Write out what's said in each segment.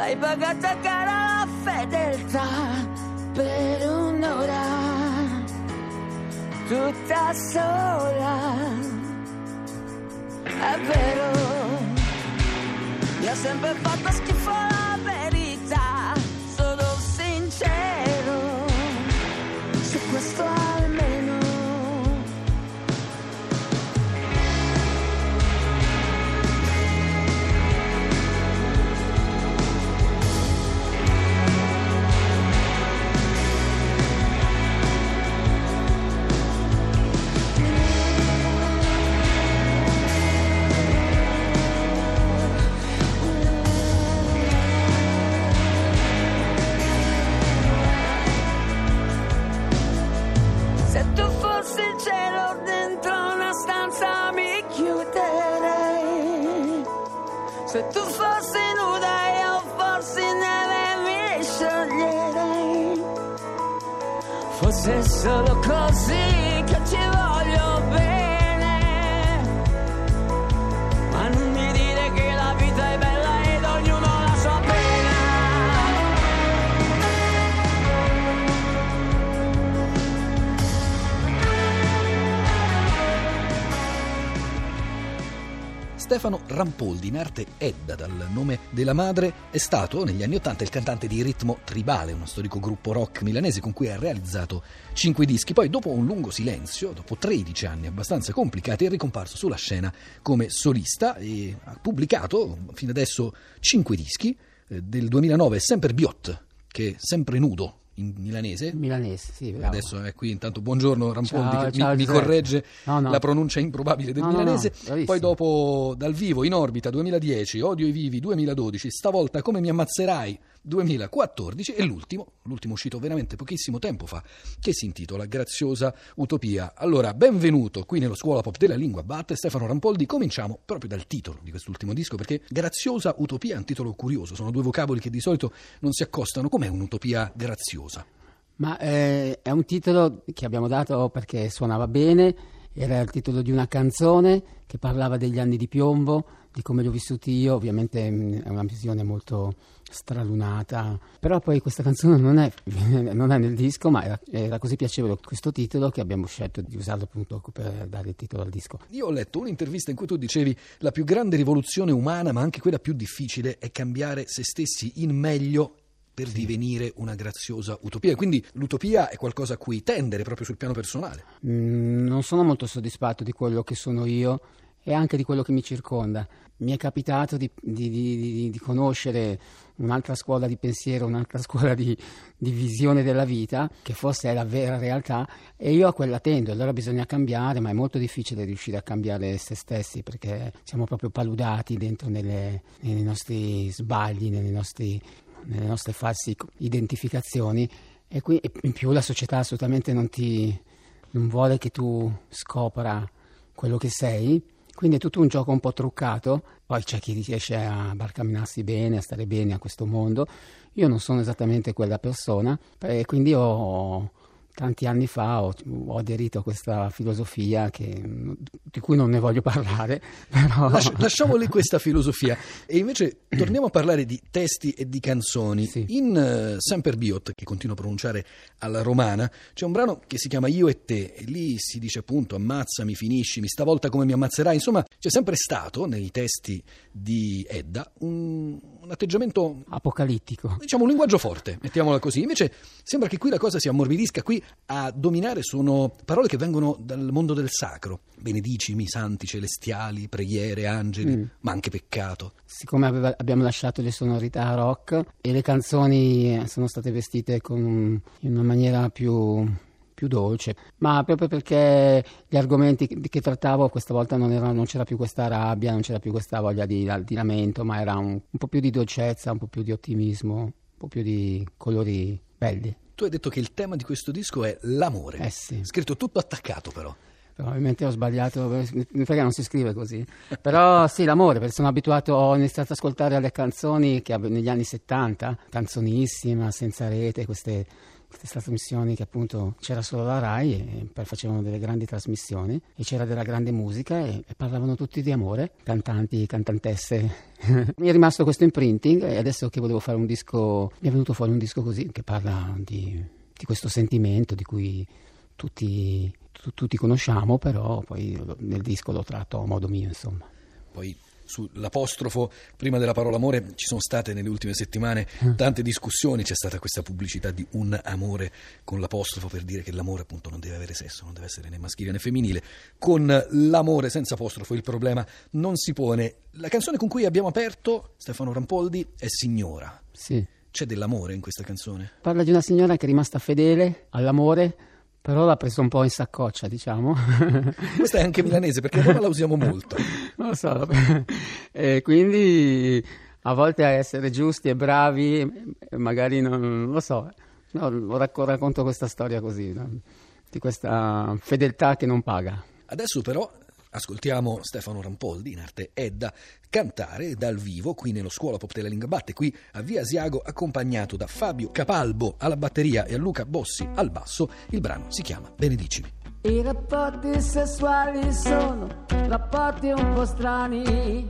Hai pagato cara la fedeltà per un'ora, tutta sola. È vero, mi ha sempre fatto schifo la verità, sono sincero, su questo almeno. Se tu fossi nuda io forse neve mi scioglierei. Fosse solo così che ci voglio bene, ma non mi dire che la vita è bella ed ognuno ha la sua pena. Stefano Rampoldi, in arte Edda dal nome della madre, è stato negli anni '80 il cantante di Ritmo Tribale, uno storico gruppo rock milanese con cui ha realizzato 5 dischi. Poi, dopo un lungo silenzio, dopo 13 anni abbastanza complicati, è ricomparso sulla scena come solista e ha pubblicato fino adesso 5 dischi. Del 2009 Semper Biot, che è sempre nudo in milanese. Milanese, sì, bravo. Adesso è qui, intanto buongiorno Rampoldi, ciao, che ciao, mi corregge no. la pronuncia improbabile del milanese. No, poi dopo Dal vivo, In orbita 2010, Odio i vivi 2012, Stavolta come mi ammazzerai 2014 e l'ultimo uscito veramente pochissimo tempo fa, che si intitola Graziosa Utopia. Allora, benvenuto qui nello Scuola Pop della Lingua Batte, Stefano Rampoldi. Cominciamo proprio dal titolo di quest'ultimo disco, perché Graziosa Utopia è un titolo curioso, sono due vocaboli che di solito non si accostano. Com'è un'utopia graziosa? Ma è un titolo che abbiamo dato perché suonava bene, era il titolo di una canzone che parlava degli anni di piombo, di come li ho vissuti io. Ovviamente è una visione molto stralunata, però poi questa canzone non è nel disco, ma era così piacevole questo titolo che abbiamo scelto di usarlo appunto per dare il titolo al disco. Io ho letto un'intervista in cui tu dicevi: la più grande rivoluzione umana, ma anche quella più difficile, è cambiare se stessi in meglio per divenire una graziosa utopia. E quindi l'utopia è qualcosa a cui tendere proprio sul piano personale. Non sono molto soddisfatto di quello che sono io e anche di quello che mi circonda. Mi è capitato di conoscere un'altra scuola di pensiero, un'altra scuola di visione della vita, che forse è la vera realtà, e io a quella tendo. Allora bisogna cambiare, ma è molto difficile riuscire a cambiare se stessi, perché siamo proprio paludati dentro nei nostri sbagli, nelle nostre false identificazioni, e qui in più la società assolutamente non vuole che tu scopra quello che sei. Quindi è tutto un gioco un po' truccato. Poi c'è chi riesce a barcamenarsi bene, a stare bene a questo mondo. Io non sono esattamente quella persona, e quindi tanti anni fa ho aderito a questa filosofia di cui non ne voglio parlare, però... Lasciamo lì questa filosofia e invece torniamo a parlare di testi e di canzoni. Sì. In Semper Biot, che continuo a pronunciare alla romana, c'è un brano che si chiama Io e te, e lì si dice appunto ammazzami, finiscimi, stavolta come mi ammazzerai. Insomma, c'è sempre stato nei testi di Edda un atteggiamento apocalittico, diciamo un linguaggio forte, mettiamola così. Invece sembra che qui la cosa si ammorbidisca. Qui a dominare sono parole che vengono dal mondo del sacro: benedicimi, santi celestiali, preghiere, angeli, ma anche peccato. Siccome abbiamo lasciato le sonorità rock e le canzoni sono state vestite in una maniera più dolce, ma proprio perché gli argomenti che trattavo questa volta non c'era più questa rabbia, non c'era più questa voglia di lamento, ma era un po' più di dolcezza, un po' più di ottimismo, un po' più di colori belli. Tu hai detto che il tema di questo disco è l'amore. Sì. Scritto tutto attaccato, però. Probabilmente ho sbagliato, perché non si scrive così. Però sì, l'amore, perché sono abituato, ho iniziato ad ascoltare le canzoni che negli anni '70, Canzonissima, Senza rete, queste queste trasmissioni che appunto c'era solo la Rai e facevano delle grandi trasmissioni e c'era della grande musica e parlavano tutti di amore, cantanti, cantantesse. Mi è rimasto questo imprinting e adesso che volevo fare un disco, mi è venuto fuori un disco così che parla di questo sentimento di cui tutti conosciamo, però poi nel disco lo tratto a modo mio, insomma. Poi sull'apostrofo prima della parola amore ci sono state nelle ultime settimane tante discussioni, c'è stata questa pubblicità di un amore con l'apostrofo per dire che l'amore appunto non deve avere sesso, non deve essere né maschile né femminile. Con l'amore senza apostrofo il problema non si pone. La canzone con cui abbiamo aperto, Stefano Rampoldi, è Signora. Sì. C'è dell'amore in questa canzone? Parla di una signora che è rimasta fedele all'amore, però l'ha preso un po' in saccoccia, diciamo. Questa è anche milanese, perché noi la usiamo molto. Non lo so, e quindi a volte a essere giusti e bravi, magari non lo so. No, racconto questa storia così, no? Di questa fedeltà che non paga. Adesso però ascoltiamo Stefano Rampoldi, in arte Edda, cantare dal vivo qui nello Scuola Pop della Lingabatte, qui a Via Asiago, accompagnato da Fabio Capalbo alla batteria e a Luca Bossi al basso. Il brano si chiama Benedicimi. I rapporti sessuali sono rapporti un po' strani,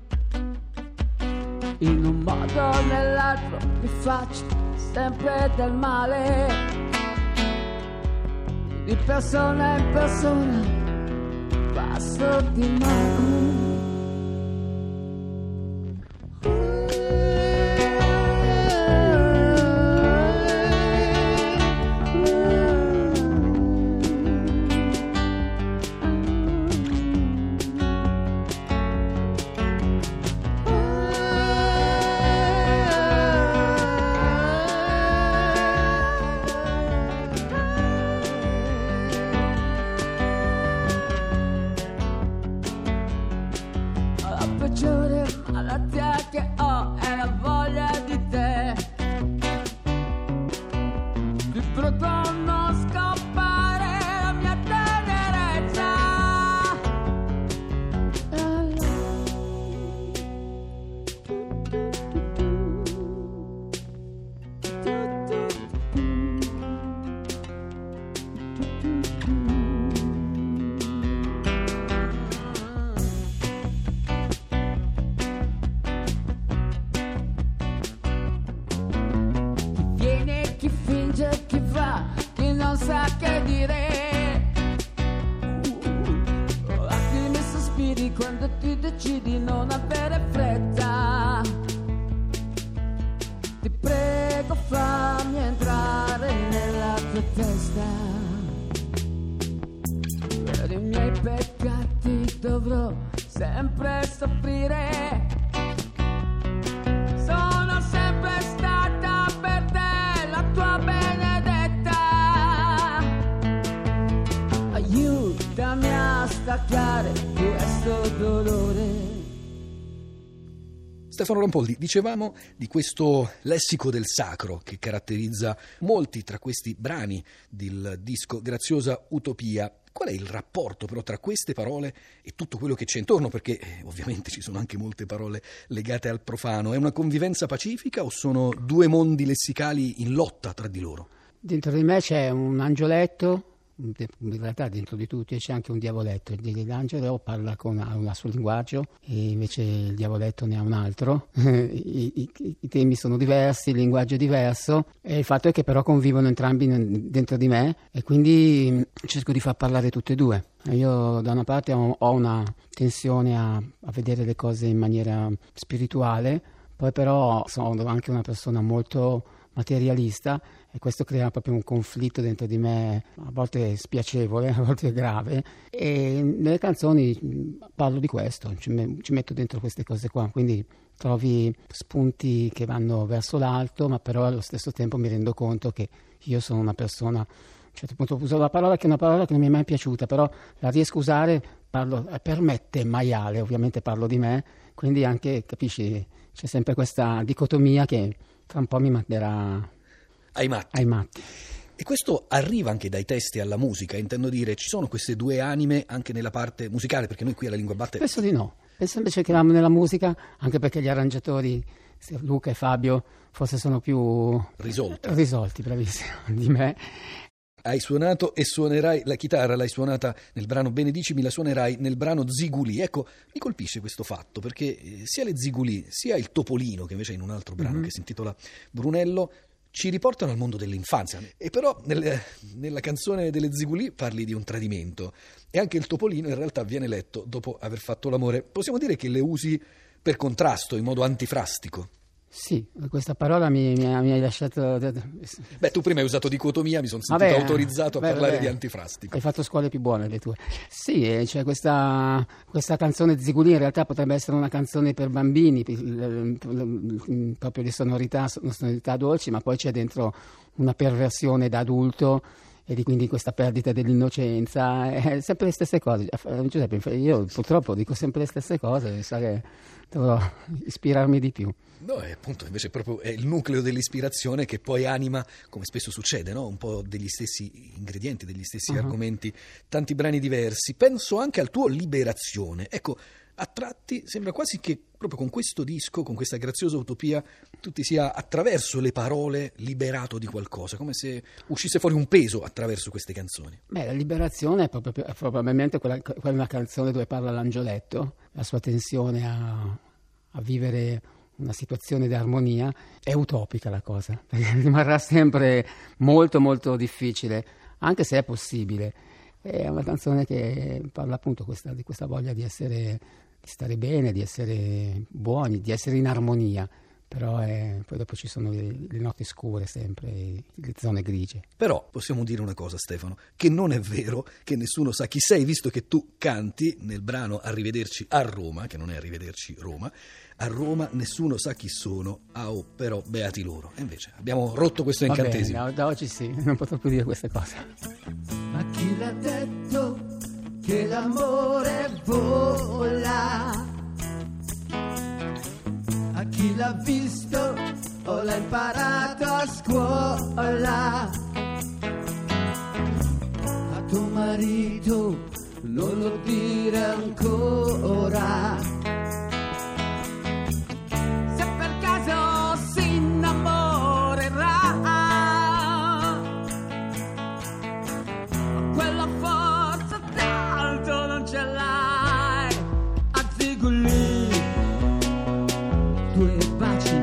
in un modo o nell'altro mi faccio sempre del male, di persona in persona passo di mano. Malattia che ho è la voglia di te, ti prego non scappare la mia tenerezza, chi finge, chi va, chi non sa che dire, attimi sospiri quando ti decidi non avere fretta, ti prego fammi entrare nella tua testa, per i miei peccati dovrò sempre soffrire, sono sempre stata per te la tua benedetta, aiutami a staccare questo dolore. Stefano Rampoldi, dicevamo di questo lessico del sacro che caratterizza molti tra questi brani del disco Graziosa Utopia. Qual è il rapporto però tra queste parole e tutto quello che c'è intorno? Perché ovviamente ci sono anche molte parole legate al profano. È una convivenza pacifica o sono due mondi lessicali in lotta tra di loro? Dentro di me c'è un angioletto, in realtà dentro di tutti c'è anche un diavoletto. L'angelo parla ha un suo linguaggio e invece il diavoletto ne ha un altro. I temi sono diversi, il linguaggio è diverso e il fatto è che però convivono entrambi dentro di me e quindi cerco di far parlare tutte e due. Io da una parte ho una tensione a vedere le cose in maniera spirituale, poi però sono anche una persona molto materialista e questo crea proprio un conflitto dentro di me, a volte spiacevole, a volte grave, e nelle canzoni parlo di questo, ci metto dentro queste cose qua, quindi trovi spunti che vanno verso l'alto, ma però allo stesso tempo mi rendo conto che io sono una persona, a un certo punto uso la parola che è una parola che non mi è mai piaciuta, però la riesco a usare, per me è maiale, ovviamente parlo di me, quindi anche, capisci, c'è sempre questa dicotomia che tra un po' mi manderà ai matti. E questo arriva anche dai testi alla musica, intendo dire, ci sono queste due anime anche nella parte musicale, perché noi qui alla Linguabatte... Penso di no, penso invece che nella musica, anche perché gli arrangiatori Luca e Fabio forse sono più risolti, bravissimo, di me. Hai suonato e suonerai la chitarra, l'hai suonata nel brano Benedicimi, la suonerai nel brano Zigulì. Ecco, mi colpisce questo fatto, perché sia le Zigulì sia il Topolino, che invece è in un altro brano che si intitola Brunello, ci riportano al mondo dell'infanzia. E però nella canzone delle Zigulì parli di un tradimento, e anche il Topolino in realtà viene letto dopo aver fatto l'amore. Possiamo dire che le usi per contrasto, in modo antifrastico? Sì, questa parola mi hai lasciato... Beh, tu prima hai usato dicotomia, mi sono sentito autorizzato a parlare di antifrastico. Hai fatto scuole più buone le tue. Sì, cioè questa canzone Zigulì in realtà potrebbe essere una canzone per bambini, proprio le sonorità dolci, ma poi c'è dentro una perversione da adulto, e quindi questa perdita dell'innocenza, sempre le stesse cose. Giuseppe, io purtroppo dico sempre le stesse cose, mi sa che dovrò ispirarmi di più. No, è appunto invece proprio è il nucleo dell'ispirazione che poi anima, come spesso succede, no? Un po' degli stessi ingredienti, degli stessi argomenti, tanti brani diversi. Penso anche al tuo Liberazione. Ecco, a tratti sembra quasi che proprio con questo disco, con questa graziosa utopia, tu ti sia attraverso le parole liberato di qualcosa, come se uscisse fuori un peso attraverso queste canzoni. Beh, la liberazione è probabilmente quella canzone dove parla l'angioletto, la sua tensione a vivere una situazione di armonia. È utopica la cosa, perché rimarrà sempre molto molto difficile, anche se è possibile. È una canzone che parla appunto di questa voglia di stare bene, di essere buoni, di essere in armonia. Però poi dopo ci sono le note scure sempre, le zone grigie. Però possiamo dire una cosa, Stefano, che non è vero che nessuno sa chi sei, visto che tu canti nel brano Arrivederci a Roma, che non è Arrivederci Roma, a Roma nessuno sa chi sono, però beati loro. E invece abbiamo rotto questo incantesimo. Bene, da oggi sì, non potrò più dire queste cose. Ma chi l'ha detto che l'amore vola? A chi l'ha visto o l'ha imparato a scuola? A tuo marito non lo dire ancora. Se per caso si innamorerà, quella forza tanto non ce l'hai. A Zigulì due baci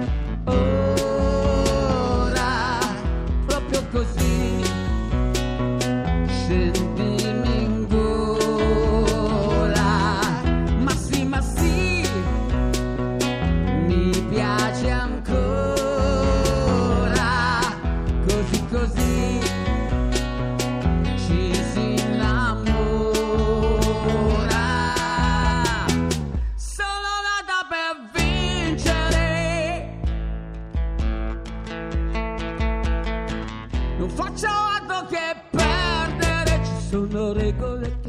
ora, proprio così, scendimi in gola. Ma sì, mi piace ancora, così ci si innamora. Sono nata per vincere, non faccio altro che perdere. Ci sono regole